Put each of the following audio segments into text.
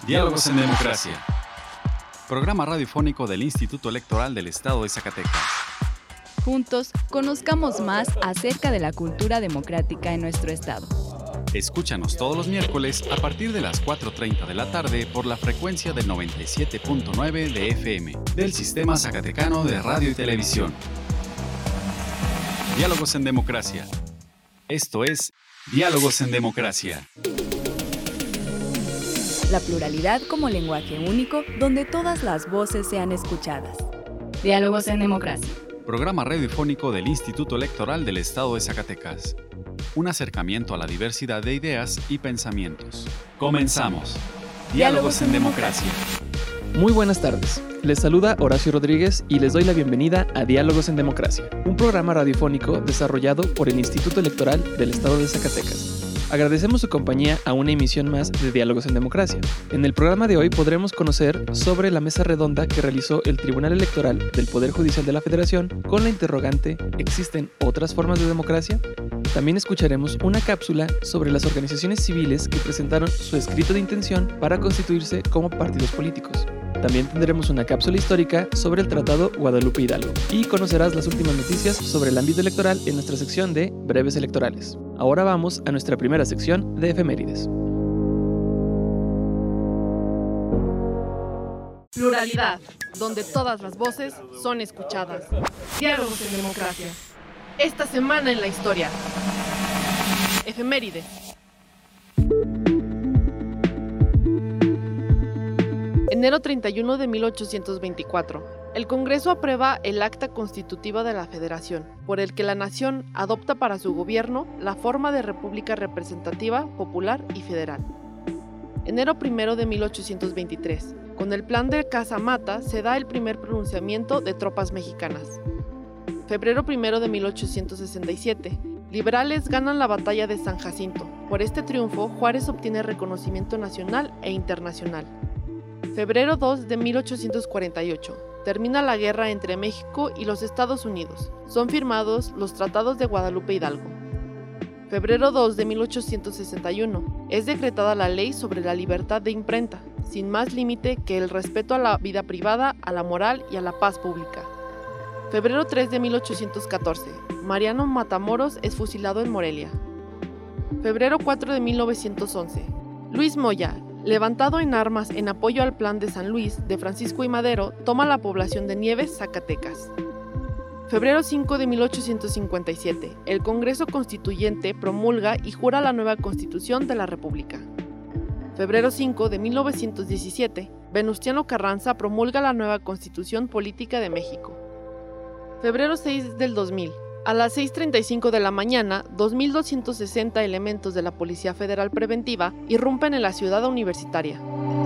Diálogos en Democracia. Programa radiofónico del Instituto Electoral del Estado de Zacatecas. Juntos, conozcamos más acerca de la cultura democrática en nuestro estado. Escúchanos todos los miércoles a partir de las 4:30 de la tarde por la frecuencia del 97.9 de FM del Sistema Zacatecano de Radio y Televisión. Diálogos en Democracia. Esto es Diálogos en Democracia. La pluralidad como lenguaje único donde todas las voces sean escuchadas. Diálogos en Democracia. Programa radiofónico del Instituto Electoral del Estado de Zacatecas. Un acercamiento a la diversidad de ideas y pensamientos. Comenzamos. Diálogos en Democracia. Muy buenas tardes. Les saluda Horacio Rodríguez y les doy la bienvenida a Diálogos en Democracia, un programa radiofónico desarrollado por el Instituto Electoral del Estado de Zacatecas. Agradecemos su compañía a una emisión más de Diálogos en Democracia. En el programa de hoy podremos conocer sobre la mesa redonda que realizó el Tribunal Electoral del Poder Judicial de la Federación con la interrogante ¿existen otras formas de democracia? También escucharemos una cápsula sobre las organizaciones civiles que presentaron su escrito de intención para constituirse como partidos políticos. También tendremos una cápsula histórica sobre el Tratado Guadalupe Hidalgo y conocerás las últimas noticias sobre el ámbito electoral en nuestra sección de Breves Electorales. Ahora vamos a nuestra primera sección de efemérides. Pluralidad, donde todas las voces son escuchadas. Diálogos en Democracia. Esta semana en la historia. Efemérides. Enero 31 de 1824. El Congreso aprueba el Acta Constitutiva de la Federación, por el que la nación adopta para su gobierno la forma de república representativa, popular y federal. Enero 1 de 1823. Con el Plan de Casamata se da el primer pronunciamiento de tropas mexicanas. Febrero 1 de 1867. Liberales ganan la batalla de San Jacinto. Por este triunfo, Juárez obtiene reconocimiento nacional e internacional. Febrero 2 de 1848. Termina la guerra entre México y los Estados Unidos. Son firmados los Tratados de Guadalupe Hidalgo. Febrero 2 de 1861. Es decretada la ley sobre la libertad de imprenta, sin más límite que el respeto a la vida privada, a la moral y a la paz pública. Febrero 3 de 1814. Mariano Matamoros es fusilado en Morelia. Febrero 4 de 1911. Luis Moya, levantado en armas en apoyo al Plan de San Luis de Francisco I. Madero, toma la población de Nieves, Zacatecas. Febrero 5 de 1857. El Congreso Constituyente promulga y jura la nueva Constitución de la República. Febrero 5 de 1917. Venustiano Carranza promulga la nueva Constitución Política de México. Febrero 6 del 2000. A las 6:35 de la mañana, 2.260 elementos de la Policía Federal Preventiva irrumpen en la ciudad universitaria.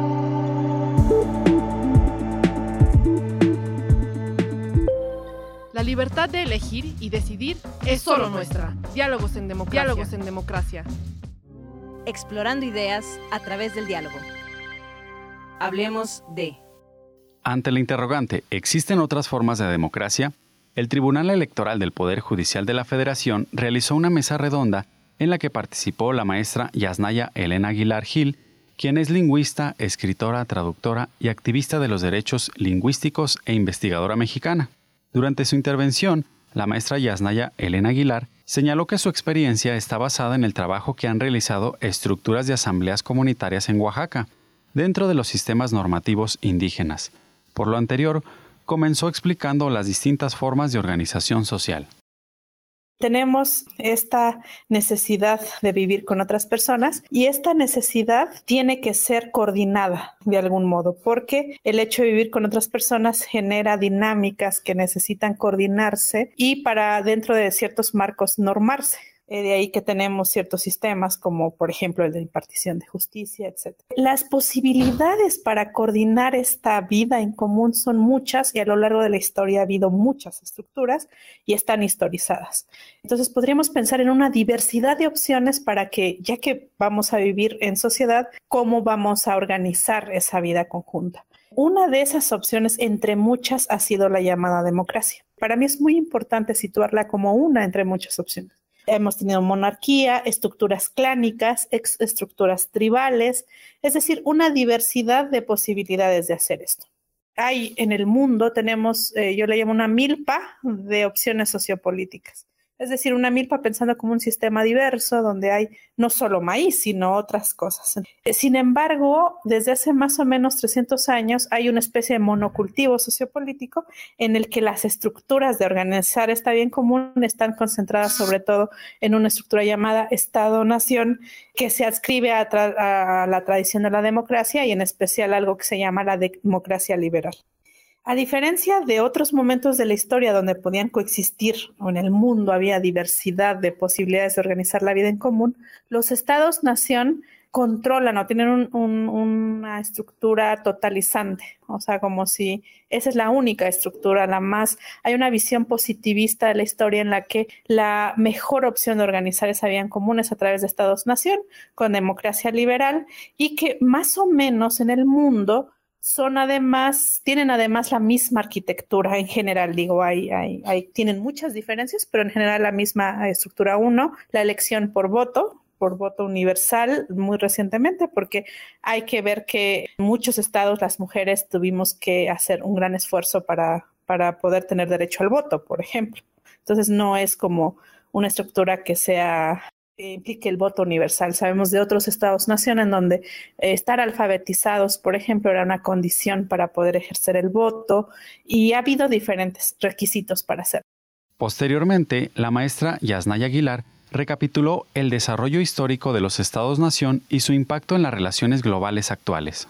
La libertad de elegir y decidir es solo nuestra. Diálogos en Democracia. Diálogos en Democracia. Explorando ideas a través del diálogo. Hablemos de... Ante la interrogante ¿existen otras formas de democracia?, el Tribunal Electoral del Poder Judicial de la Federación realizó una mesa redonda en la que participó la maestra Yasnaya Elena Aguilar Gil, quien es lingüista, escritora, traductora y activista de los derechos lingüísticos e investigadora mexicana. Durante su intervención, la maestra Yasnaya Elena Aguilar señaló que su experiencia está basada en el trabajo que han realizado estructuras de asambleas comunitarias en Oaxaca, dentro de los sistemas normativos indígenas. Por lo anterior, comenzó explicando las distintas formas de organización social. Tenemos esta necesidad de vivir con otras personas y esta necesidad tiene que ser coordinada de algún modo, porque el hecho de vivir con otras personas genera dinámicas que necesitan coordinarse y para dentro de ciertos marcos normarse. De ahí que tenemos ciertos sistemas como por ejemplo el de impartición de justicia, etc. Las posibilidades para coordinar esta vida en común son muchas y a lo largo de la historia ha habido muchas estructuras y están historizadas. Entonces podríamos pensar en una diversidad de opciones para que, ya que vamos a vivir en sociedad, ¿cómo vamos a organizar esa vida conjunta? Una de esas opciones, entre muchas, ha sido la llamada democracia. Para mí es muy importante situarla como una entre muchas opciones. Hemos tenido monarquía, estructuras clánicas, estructuras tribales, es decir, una diversidad de posibilidades de hacer esto. Hay en el mundo, tenemos, yo le llamo una milpa de opciones sociopolíticas. Es decir, una milpa pensando como un sistema diverso donde hay no solo maíz, sino otras cosas. Sin embargo, desde hace más o menos 300 años hay una especie de monocultivo sociopolítico en el que las estructuras de organizar esta bien común están concentradas sobre todo en una estructura llamada Estado-Nación que se adscribe a la tradición de la democracia y en especial algo que se llama la democracia liberal. A diferencia de otros momentos de la historia donde podían coexistir o en el mundo había diversidad de posibilidades de organizar la vida en común, los estados-nación controlan o tienen una estructura totalizante, o sea, como si esa es la única estructura, la más, hay una visión positivista de la historia en la que la mejor opción de organizar esa vida en común es a través de estados-nación con democracia liberal y que más o menos en el mundo tienen además la misma arquitectura en general, tienen muchas diferencias, pero en general la misma estructura. Uno, la elección por voto universal muy recientemente, porque hay que ver que en muchos estados las mujeres tuvimos que hacer un gran esfuerzo para poder tener derecho al voto, por ejemplo. Entonces no es como una estructura que implique el voto universal. Sabemos de otros estados-nación en donde estar alfabetizados, por ejemplo, era una condición para poder ejercer el voto y ha habido diferentes requisitos para hacerlo. Posteriormente, la maestra Yasnaya Aguilar recapituló el desarrollo histórico de los estados-nación y su impacto en las relaciones globales actuales.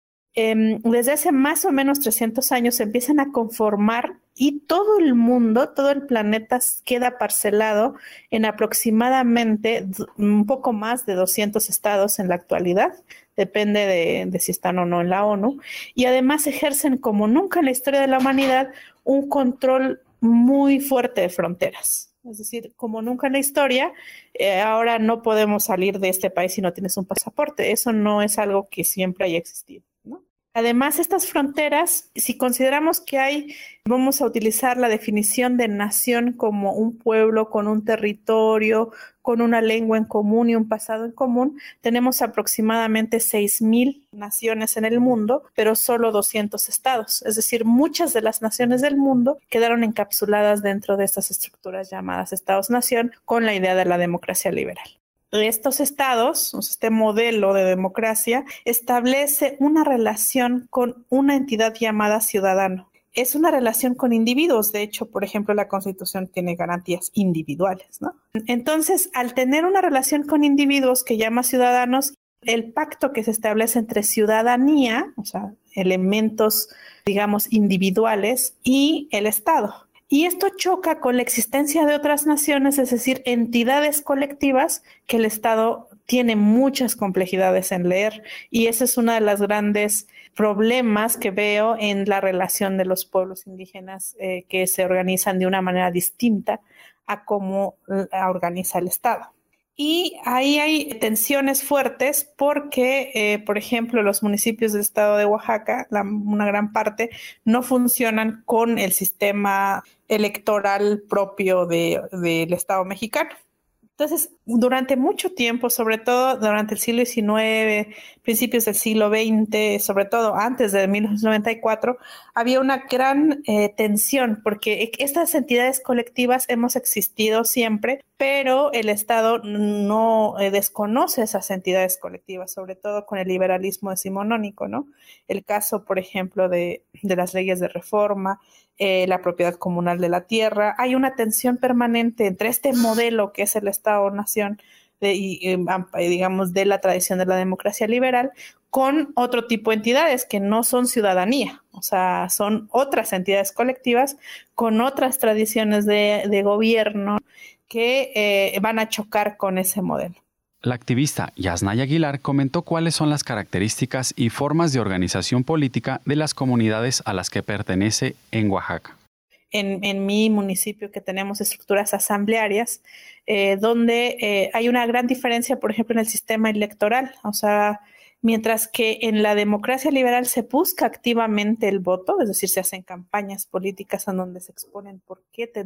Desde hace más o menos 300 años se empiezan a conformar y todo el mundo, todo el planeta queda parcelado en aproximadamente un poco más de 200 estados en la actualidad. Depende de si están o no en la ONU. Y además ejercen como nunca en la historia de la humanidad un control muy fuerte de fronteras. Es decir, como nunca en la historia, ahora no podemos salir de este país si no tienes un pasaporte. Eso no es algo que siempre haya existido, ¿no? Además, estas fronteras, si consideramos que vamos a utilizar la definición de nación como un pueblo con un territorio, con una lengua en común y un pasado en común, tenemos aproximadamente 6,000 naciones en el mundo, pero solo 200 estados. Es decir, muchas de las naciones del mundo quedaron encapsuladas dentro de estas estructuras llamadas estados-nación con la idea de la democracia liberal. Estos estados, este modelo de democracia, establece una relación con una entidad llamada ciudadano. Es una relación con individuos. De hecho, por ejemplo, la Constitución tiene garantías individuales, ¿no? Entonces, al tener una relación con individuos que llama ciudadanos, el pacto que se establece entre ciudadanía, o sea, elementos, digamos, individuales, y el Estado. Y esto choca con la existencia de otras naciones, es decir, entidades colectivas que el Estado tiene muchas complejidades en leer. Y ese es uno de los grandes problemas que veo en la relación de los pueblos indígenas que se organizan de una manera distinta a cómo organiza el Estado. Y ahí hay tensiones fuertes porque, por ejemplo, los municipios del estado de Oaxaca, una gran parte, no funcionan con el sistema electoral propio del Estado mexicano. Entonces, durante mucho tiempo, sobre todo durante el siglo XIX, principios del siglo XX, sobre todo antes de 1994, había una gran tensión porque estas entidades colectivas hemos existido siempre, pero el Estado no desconoce esas entidades colectivas, sobre todo con el liberalismo decimonónico, ¿no? El caso, por ejemplo, de las leyes de reforma, la propiedad comunal de la tierra. Hay una tensión permanente entre este modelo que es el Estado-Nación, digamos, de la tradición de la democracia liberal, con otro tipo de entidades que no son ciudadanía, o sea, son otras entidades colectivas con otras tradiciones de gobierno que van a chocar con ese modelo. La activista Yasnaya Aguilar comentó cuáles son las características y formas de organización política de las comunidades a las que pertenece en Oaxaca. En mi municipio que tenemos estructuras asamblearias, donde hay una gran diferencia, por ejemplo, en el sistema electoral. O sea, Mientras que en la democracia liberal se busca activamente el voto, es decir, se hacen campañas políticas en donde se exponen por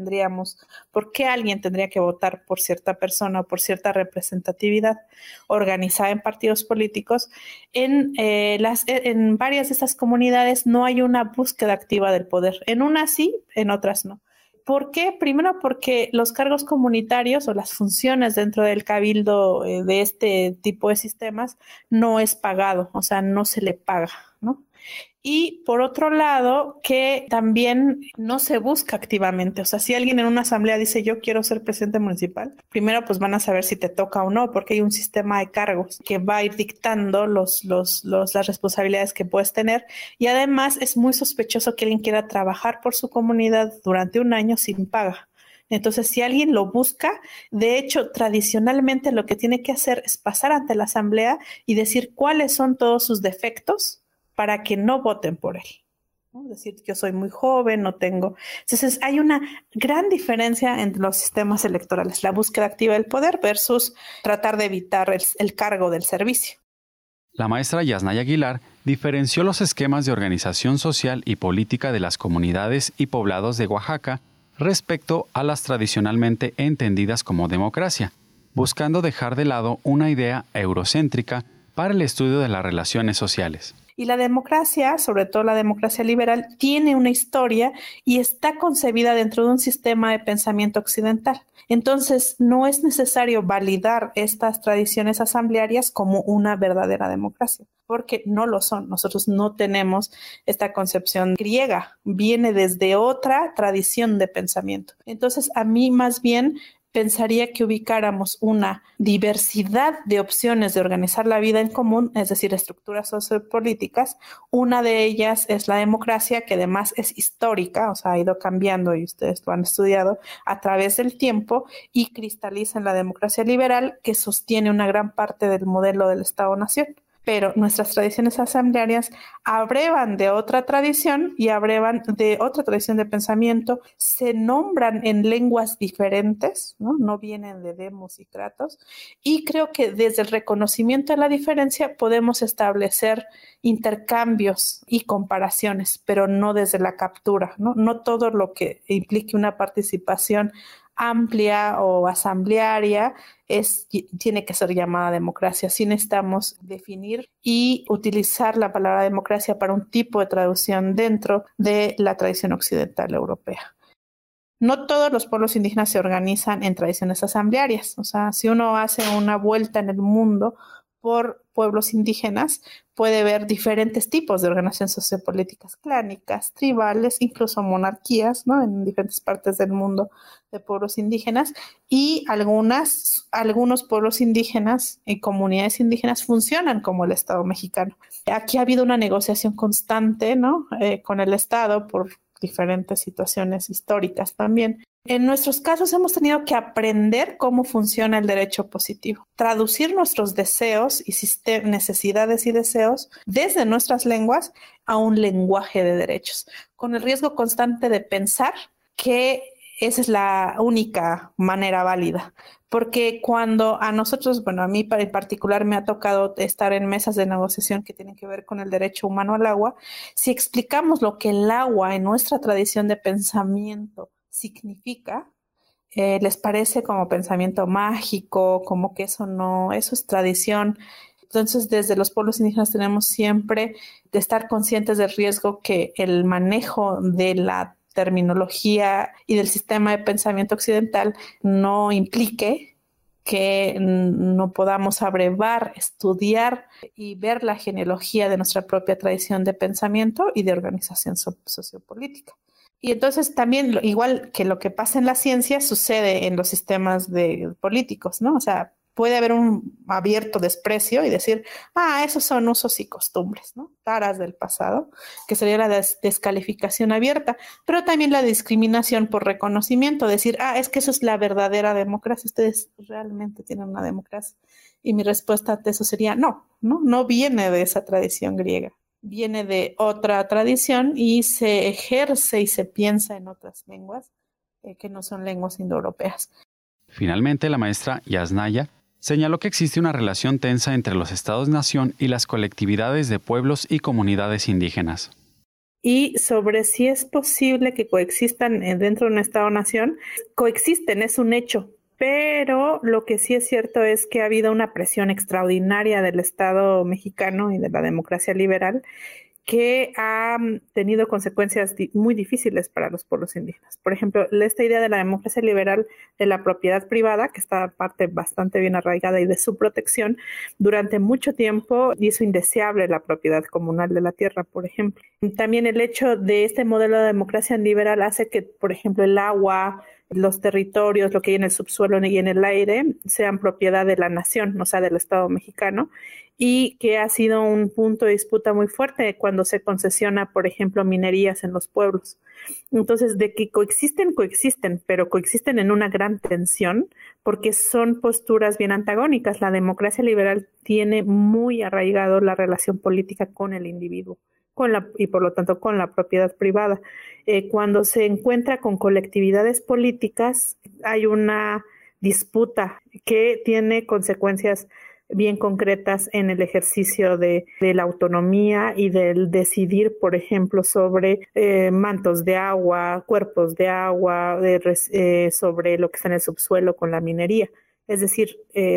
qué alguien tendría que votar por cierta persona o por cierta representatividad organizada en partidos políticos. En varias de estas comunidades no hay una búsqueda activa del poder. En unas sí, en otras no. ¿Por qué? Primero porque los cargos comunitarios o las funciones dentro del cabildo de este tipo de sistemas no es pagado, o sea, no se le paga, ¿no? Y por otro lado, que también no se busca activamente. O sea, si alguien en una asamblea dice yo quiero ser presidente municipal, primero pues van a saber si te toca o no, porque hay un sistema de cargos que va a ir dictando las responsabilidades que puedes tener. Y además es muy sospechoso que alguien quiera trabajar por su comunidad durante un año sin paga. Entonces, si alguien lo busca, de hecho, tradicionalmente lo que tiene que hacer es pasar ante la asamblea y decir cuáles son todos sus defectos para que no voten por él, ¿no? Es decir, yo soy muy joven, no tengo... Entonces, hay una gran diferencia entre los sistemas electorales, la búsqueda activa del poder versus tratar de evitar el cargo del servicio. La maestra Yasnaya Aguilar diferenció los esquemas de organización social y política de las comunidades y poblados de Oaxaca respecto a las tradicionalmente entendidas como democracia, buscando dejar de lado una idea eurocéntrica para el estudio de las relaciones sociales. Y la democracia, sobre todo la democracia liberal, tiene una historia y está concebida dentro de un sistema de pensamiento occidental. Entonces, no es necesario validar estas tradiciones asamblearias como una verdadera democracia, porque no lo son. Nosotros no tenemos esta concepción griega, viene desde otra tradición de pensamiento. Entonces, a mí más bien pensaría que ubicáramos una diversidad de opciones de organizar la vida en común, es decir, estructuras sociopolíticas. Una de ellas es la democracia, que además es histórica, o sea, ha ido cambiando y ustedes lo han estudiado a través del tiempo, y cristaliza en la democracia liberal, que sostiene una gran parte del modelo del Estado-Nación. Pero nuestras tradiciones asamblearias abrevan de otra tradición y abrevan de otra tradición de pensamiento, se nombran en lenguas diferentes, no vienen de demos y kratos, y creo que desde el reconocimiento de la diferencia podemos establecer intercambios y comparaciones, pero no desde la captura, no todo lo que implique una participación amplia o asamblearia tiene que ser llamada democracia. Sí necesitamos definir y utilizar la palabra democracia para un tipo de traducción dentro de la tradición occidental europea. No todos los pueblos indígenas se organizan en tradiciones asamblearias. O sea, si uno hace una vuelta en el mundo por pueblos indígenas, puede ver diferentes tipos de organizaciones sociopolíticas, clánicas, tribales, incluso monarquías, ¿no? En diferentes partes del mundo de pueblos indígenas, y algunos pueblos indígenas y comunidades indígenas funcionan como el Estado mexicano. Aquí ha habido una negociación constante, ¿no? Con el Estado por diferentes situaciones históricas también. En nuestros casos hemos tenido que aprender cómo funciona el derecho positivo, traducir nuestros deseos y necesidades y deseos desde nuestras lenguas a un lenguaje de derechos, con el riesgo constante de pensar que esa es la única manera válida. Porque cuando a nosotros, bueno, a mí en particular me ha tocado estar en mesas de negociación que tienen que ver con el derecho humano al agua, si explicamos lo que el agua en nuestra tradición de pensamiento significa, les parece como pensamiento mágico, como que eso es tradición. Entonces, desde los pueblos indígenas tenemos siempre de estar conscientes del riesgo que el manejo de la terminología y del sistema de pensamiento occidental no implique que no podamos abrevar, estudiar y ver la genealogía de nuestra propia tradición de pensamiento y de organización sociopolítica. Y entonces también, igual que lo que pasa en la ciencia, sucede en los sistemas políticos, ¿no? O sea, puede haber un abierto desprecio y decir, esos son usos y costumbres, ¿no? Taras del pasado, que sería la descalificación abierta, pero también la discriminación por reconocimiento, decir, es que eso es la verdadera democracia, ustedes realmente tienen una democracia. Y mi respuesta ante eso sería, no viene de esa tradición griega, viene de otra tradición y se ejerce y se piensa en otras lenguas que no son lenguas indoeuropeas. Finalmente, la maestra Yasnaya Señaló que existe una relación tensa entre los estados-nación y las colectividades de pueblos y comunidades indígenas. Y sobre si es posible que coexistan dentro de un estado-nación, coexisten, es un hecho. Pero lo que sí es cierto es que ha habido una presión extraordinaria del Estado mexicano y de la democracia liberal que ha tenido consecuencias muy difíciles para los pueblos indígenas. Por ejemplo, esta idea de la democracia liberal de la propiedad privada, que está parte bastante bien arraigada, y de su protección, durante mucho tiempo hizo indeseable la propiedad comunal de la tierra, por ejemplo. También el hecho de este modelo de democracia liberal hace que, por ejemplo, el agua, los territorios, lo que hay en el subsuelo y en el aire, sean propiedad de la nación, o sea, del Estado mexicano, y que ha sido un punto de disputa muy fuerte cuando se concesiona, por ejemplo, minerías en los pueblos. Entonces, de que coexisten, pero coexisten en una gran tensión, porque son posturas bien antagónicas. La democracia liberal tiene muy arraigado la relación política con el individuo, y por lo tanto con la propiedad privada. Cuando se encuentra con colectividades políticas, hay una disputa que tiene consecuencias bien concretas en el ejercicio de la autonomía y del decidir, por ejemplo, sobre mantos de agua, cuerpos de agua, sobre lo que está en el subsuelo con la minería. Es decir,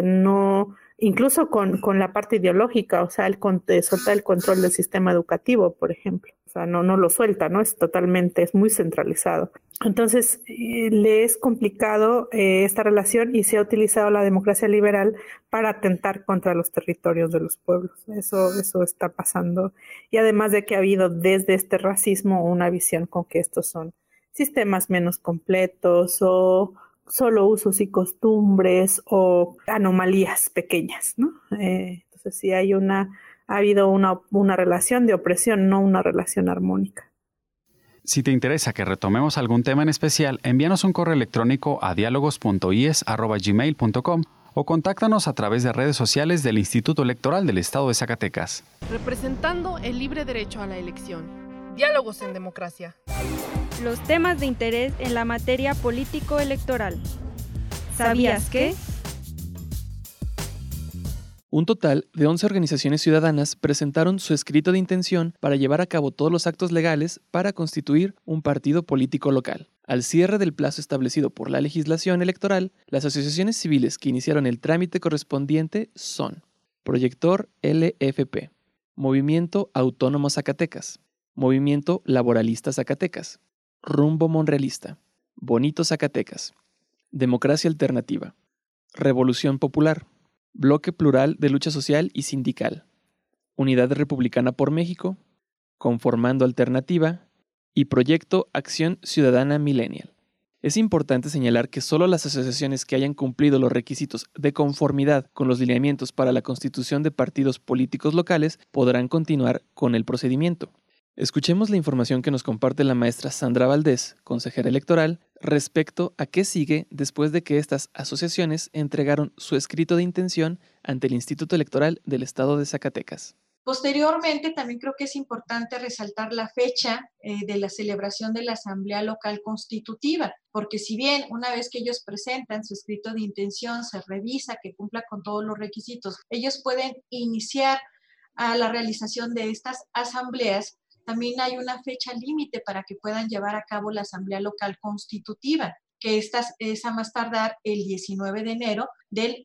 no, incluso con la parte ideológica, o sea, soltar el control del sistema educativo, por ejemplo. O sea, no lo suelta, ¿no? Es muy centralizado. Entonces, le es complicado esta relación, y se ha utilizado la democracia liberal para atentar contra los territorios de los pueblos. Eso está pasando. Y además de que ha habido desde este racismo una visión con que estos son sistemas menos completos o solo usos y costumbres o anomalías pequeñas, ¿no? Entonces sí ha habido una relación de opresión, no una relación armónica. Si te interesa que retomemos algún tema en especial, envíanos un correo electrónico a dialogos.ies@gmail.com o contáctanos a través de redes sociales del Instituto Electoral del Estado de Zacatecas. Representando el libre derecho a la elección. Diálogos en democracia. Los temas de interés en la materia político-electoral. ¿Sabías qué? Un total de 11 organizaciones ciudadanas presentaron su escrito de intención para llevar a cabo todos los actos legales para constituir un partido político local. Al cierre del plazo establecido por la legislación electoral, las asociaciones civiles que iniciaron el trámite correspondiente son Proyector LFP, Movimiento Autónomo Zacatecas, Movimiento Laboralista Zacatecas, Rumbo Monrealista, Bonito Zacatecas, Democracia Alternativa, Revolución Popular, Bloque Plural de Lucha Social y Sindical, Unidad Republicana por México, Conformando Alternativa y Proyecto Acción Ciudadana Millennial. Es importante señalar que solo las asociaciones que hayan cumplido los requisitos de conformidad con los lineamientos para la constitución de partidos políticos locales podrán continuar con el procedimiento. Escuchemos la información que nos comparte la maestra Sandra Valdés, consejera electoral, respecto a qué sigue después de que estas asociaciones entregaron su escrito de intención ante el Instituto Electoral del Estado de Zacatecas. Posteriormente, también creo que es importante resaltar la fecha de la celebración de la Asamblea Local Constitutiva, porque si bien una vez que ellos presentan su escrito de intención, se revisa que cumpla con todos los requisitos, ellos pueden iniciar a la realización de estas asambleas. También hay una fecha límite para que puedan llevar a cabo la Asamblea Local Constitutiva, que es a más tardar el 19 de enero del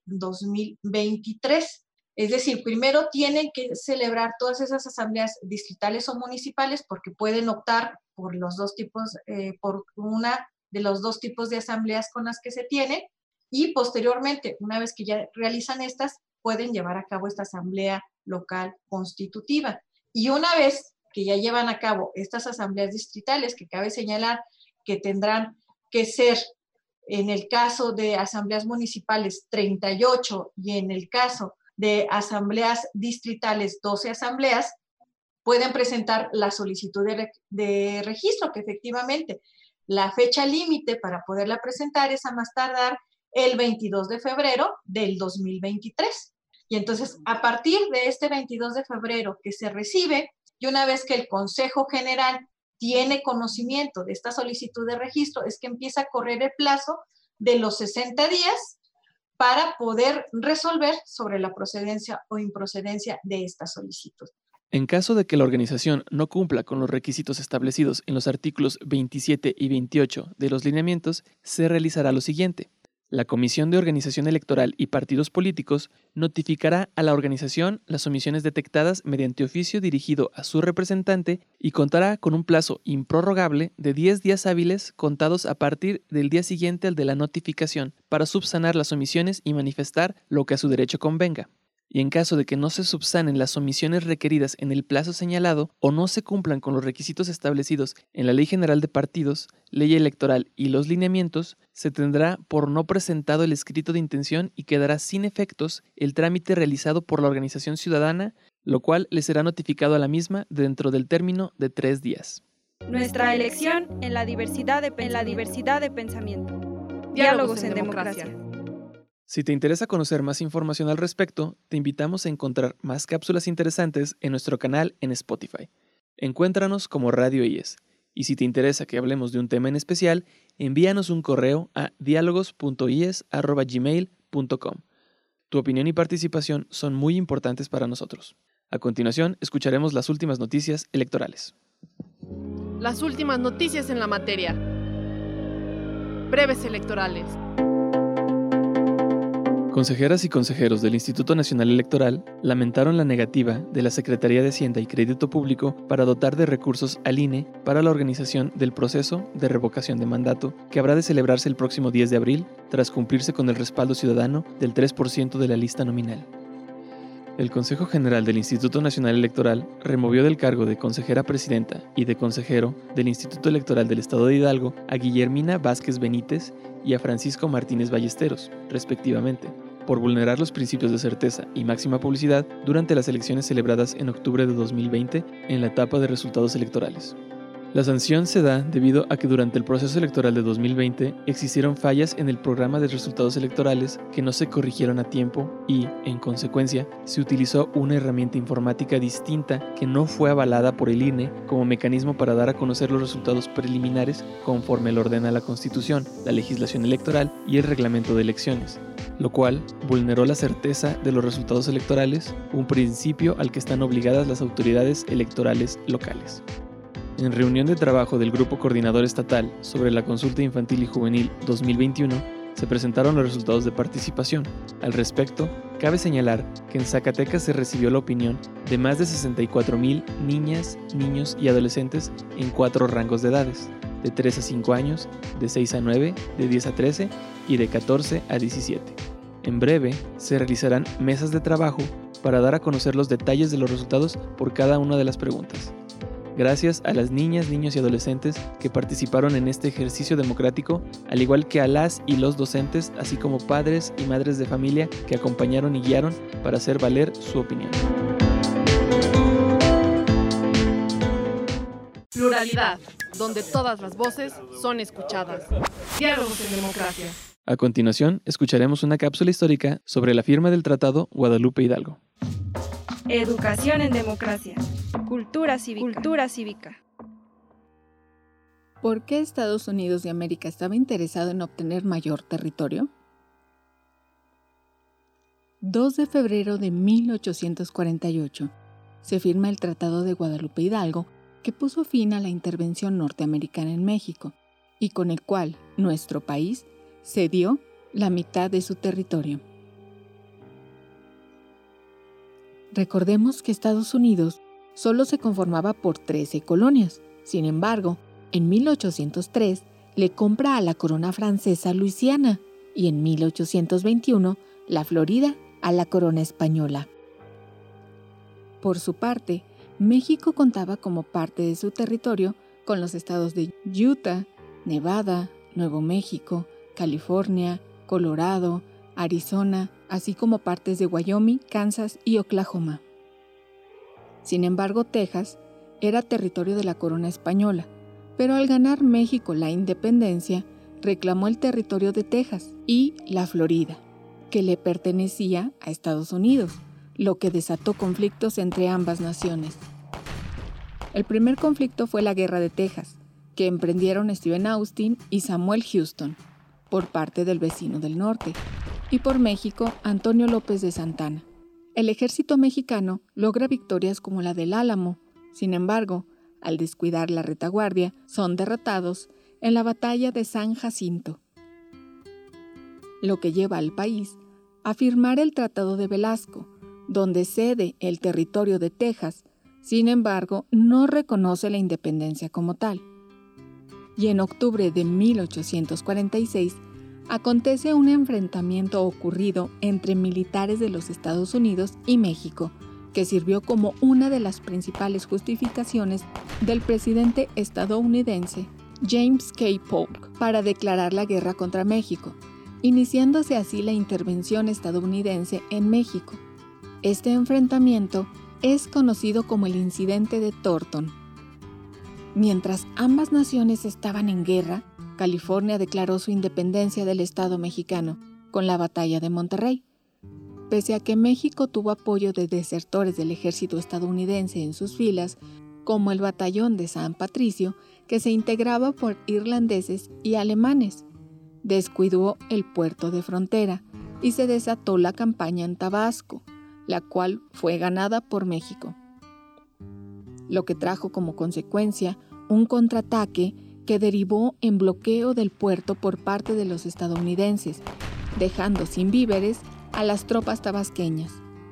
2023. Es decir, primero tienen que celebrar todas esas asambleas distritales o municipales, porque pueden optar por por una de los dos tipos de asambleas con las que se tienen, y posteriormente, una vez que ya realizan estas, pueden llevar a cabo esta Asamblea Local Constitutiva. Y una vez que ya llevan a cabo estas asambleas distritales, que cabe señalar que tendrán que ser, en el caso de asambleas municipales, 38, y en el caso de asambleas distritales, 12 asambleas, pueden presentar la solicitud de registro, que efectivamente la fecha límite para poderla presentar es a más tardar el 22 de febrero del 2023. Y entonces, a partir de este 22 de febrero que se recibe, y una vez que el Consejo General tiene conocimiento de esta solicitud de registro, es que empieza a correr el plazo de los 60 días para poder resolver sobre la procedencia o improcedencia de esta solicitud. En caso de que la organización no cumpla con los requisitos establecidos en los artículos 27 y 28 de los lineamientos, se realizará lo siguiente. La Comisión de Organización Electoral y Partidos Políticos notificará a la organización las omisiones detectadas mediante oficio dirigido a su representante y contará con un plazo improrrogable de 10 días hábiles contados a partir del día siguiente al de la notificación para subsanar las omisiones y manifestar lo que a su derecho convenga. Y en caso de que no se subsanen las omisiones requeridas en el plazo señalado o no se cumplan con los requisitos establecidos en la Ley General de Partidos, Ley Electoral y los lineamientos, se tendrá por no presentado el escrito de intención y quedará sin efectos el trámite realizado por la organización ciudadana, lo cual le será notificado a la misma dentro del término de 3 días. Nuestra elección en la diversidad de pensamiento. Diálogos en democracia. Si te interesa conocer más información al respecto, te invitamos a encontrar más cápsulas interesantes en nuestro canal en Spotify. Encuéntranos como Radio IES. Y si te interesa que hablemos de un tema en especial, envíanos un correo a dialogos.ies@gmail.com. Tu opinión y participación son muy importantes para nosotros. A continuación, escucharemos las últimas noticias electorales. Las últimas noticias en la materia. Breves electorales. Consejeras y consejeros del Instituto Nacional Electoral lamentaron la negativa de la Secretaría de Hacienda y Crédito Público para dotar de recursos al INE para la organización del proceso de revocación de mandato que habrá de celebrarse el próximo 10 de abril tras cumplirse con el respaldo ciudadano del 3% de la lista nominal. El Consejo General del Instituto Nacional Electoral removió del cargo de consejera presidenta y de consejero del Instituto Electoral del Estado de Hidalgo a Guillermina Vázquez Benítez y a Francisco Martínez Ballesteros, respectivamente, por vulnerar los principios de certeza y máxima publicidad durante las elecciones celebradas en octubre de 2020 en la etapa de resultados electorales. La sanción se da debido a que durante el proceso electoral de 2020 existieron fallas en el programa de resultados electorales que no se corrigieron a tiempo y, en consecuencia, se utilizó una herramienta informática distinta que no fue avalada por el INE como mecanismo para dar a conocer los resultados preliminares conforme lo ordena la Constitución, la legislación electoral y el reglamento de elecciones, lo cual vulneró la certeza de los resultados electorales, un principio al que están obligadas las autoridades electorales locales. En reunión de trabajo del Grupo Coordinador Estatal sobre la Consulta Infantil y Juvenil 2021, se presentaron los resultados de participación. Al respecto, cabe señalar que en Zacatecas se recibió la opinión de más de 64,000 niñas, niños y adolescentes en 4 rangos de edades, de 3 a 5 años, de 6 a 9, de 10 a 13 y de 14 a 17. En breve, se realizarán mesas de trabajo para dar a conocer los detalles de los resultados por cada una de las preguntas. Gracias a las niñas, niños y adolescentes que participaron en este ejercicio democrático, al igual que a las y los docentes, así como padres y madres de familia que acompañaron y guiaron para hacer valer su opinión. Pluralidad, donde todas las voces son escuchadas. Diálogos en democracia. A continuación, escucharemos una cápsula histórica sobre la firma del Tratado Guadalupe Hidalgo. Educación en democracia. Cultura cívica. ¿Por qué Estados Unidos de América estaba interesado en obtener mayor territorio? 2 de febrero de 1848 se firma el Tratado de Guadalupe Hidalgo, que puso fin a la intervención norteamericana en México y con el cual nuestro país cedió la mitad de su territorio. Recordemos que Estados Unidos solo se conformaba por 13 colonias. Sin embargo, en 1803 le compra a la corona francesa Luisiana y en 1821 la Florida a la corona española. Por su parte, México contaba como parte de su territorio con los estados de Utah, Nevada, Nuevo México, California, Colorado, Arizona, así como partes de Wyoming, Kansas y Oklahoma. Sin embargo, Texas era territorio de la corona española, pero al ganar México la independencia, reclamó el territorio de Texas y la Florida, que le pertenecía a Estados Unidos, lo que desató conflictos entre ambas naciones. El primer conflicto fue la Guerra de Texas, que emprendieron Stephen Austin y Samuel Houston, por parte del vecino del norte, y por México Antonio López de Santana. El ejército mexicano logra victorias como la del Álamo. Sin embargo, al descuidar la retaguardia, son derrotados en la batalla de San Jacinto, lo que lleva al país a firmar el Tratado de Velasco, donde cede el territorio de Texas. Sin embargo, no reconoce la independencia como tal. Y en octubre de 1846 acontece un enfrentamiento ocurrido entre militares de los Estados Unidos y México, que sirvió como una de las principales justificaciones del presidente estadounidense James K. Polk para declarar la guerra contra México, iniciándose así la intervención estadounidense en México. Este enfrentamiento es conocido como el Incidente de Thornton. Mientras ambas naciones estaban en guerra, California declaró su independencia del Estado mexicano con la Batalla de Monterrey. Pese a que México tuvo apoyo de desertores del ejército estadounidense en sus filas, como el Batallón de San Patricio, que se integraba por irlandeses y alemanes, descuidó el puerto de frontera y se desató la campaña en Tabasco, la cual fue ganada por México, lo que trajo como consecuencia un contraataque que derivó en bloqueo del puerto por parte de los estadounidenses, dejando sin víveres a las tropas tabasqueñas.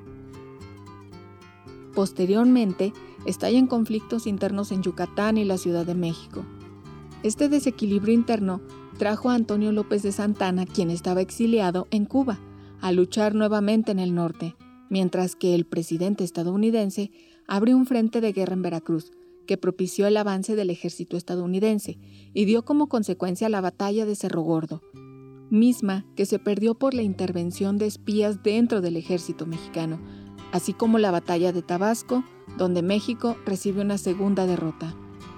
Posteriormente, estallan conflictos internos en Yucatán y la Ciudad de México. Este desequilibrio interno trajo a Antonio López de Santana, quien estaba exiliado en Cuba, a luchar nuevamente en el norte, mientras que el presidente estadounidense abrió un frente de guerra en Veracruz, que propició el avance del ejército estadounidense y dio como consecuencia la batalla de Cerro Gordo, misma que se perdió por la intervención de espías dentro del ejército mexicano, así como la batalla de Tabasco, donde México recibe una segunda derrota.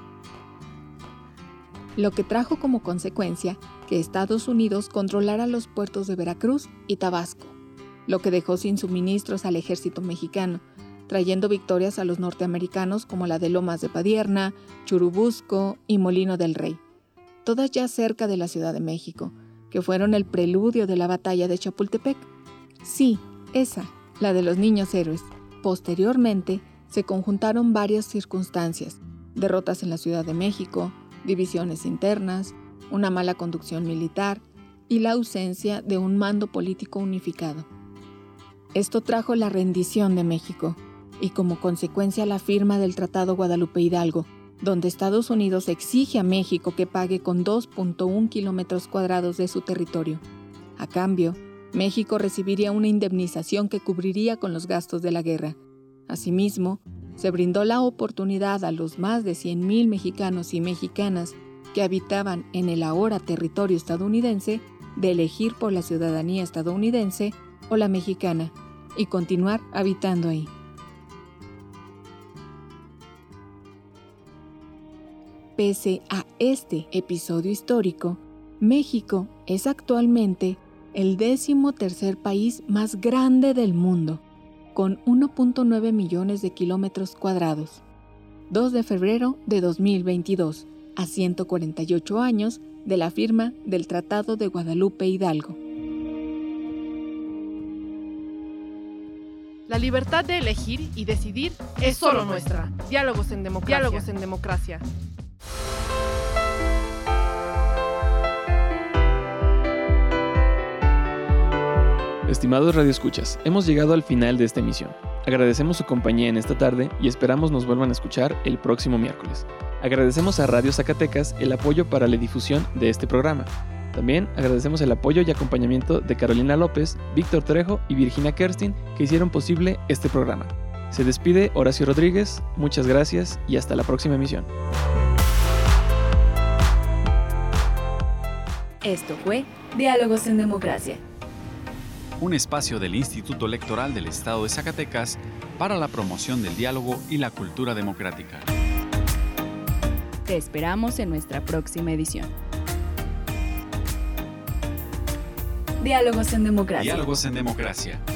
Lo que trajo como consecuencia que Estados Unidos controlara los puertos de Veracruz y Tabasco, lo que dejó sin suministros al ejército mexicano, trayendo victorias a los norteamericanos como la de Lomas de Padierna, Churubusco y Molino del Rey, todas ya cerca de la Ciudad de México, que fueron el preludio de la batalla de Chapultepec. Sí, esa, la de los niños héroes. Posteriormente, se conjuntaron varias circunstancias: derrotas en la Ciudad de México, divisiones internas, una mala conducción militar y la ausencia de un mando político unificado. Esto trajo la rendición de México y como consecuencia la firma del Tratado Guadalupe Hidalgo, donde Estados Unidos exige a México que pague con 2.1 kilómetros cuadrados de su territorio. A cambio, México recibiría una indemnización que cubriría con los gastos de la guerra. Asimismo, se brindó la oportunidad a los más de 100,000 mexicanos y mexicanas que habitaban en el ahora territorio estadounidense de elegir por la ciudadanía estadounidense o la mexicana y continuar habitando ahí. Pese a este episodio histórico, México es actualmente el 13º país más grande del mundo, con 1.9 millones de kilómetros cuadrados. 2 de febrero de 2022, a 148 años de la firma del Tratado de Guadalupe Hidalgo. La libertad de elegir y decidir es solo nuestra. Diálogos en democracia. Diálogos en democracia. Estimados radioescuchas, hemos llegado al final de esta emisión. Agradecemos su compañía en esta tarde y esperamos nos vuelvan a escuchar el próximo miércoles. Agradecemos a Radio Zacatecas el apoyo para la difusión de este programa. También agradecemos el apoyo y acompañamiento de Carolina López, Víctor Trejo y Virginia Kerstin, que hicieron posible este programa. Se despide Horacio Rodríguez, muchas gracias y hasta la próxima emisión. Esto fue Diálogos en Democracia. Un espacio del Instituto Electoral del Estado de Zacatecas para la promoción del diálogo y la cultura democrática. Te esperamos en nuestra próxima edición. Diálogos en Democracia. Diálogos en Democracia.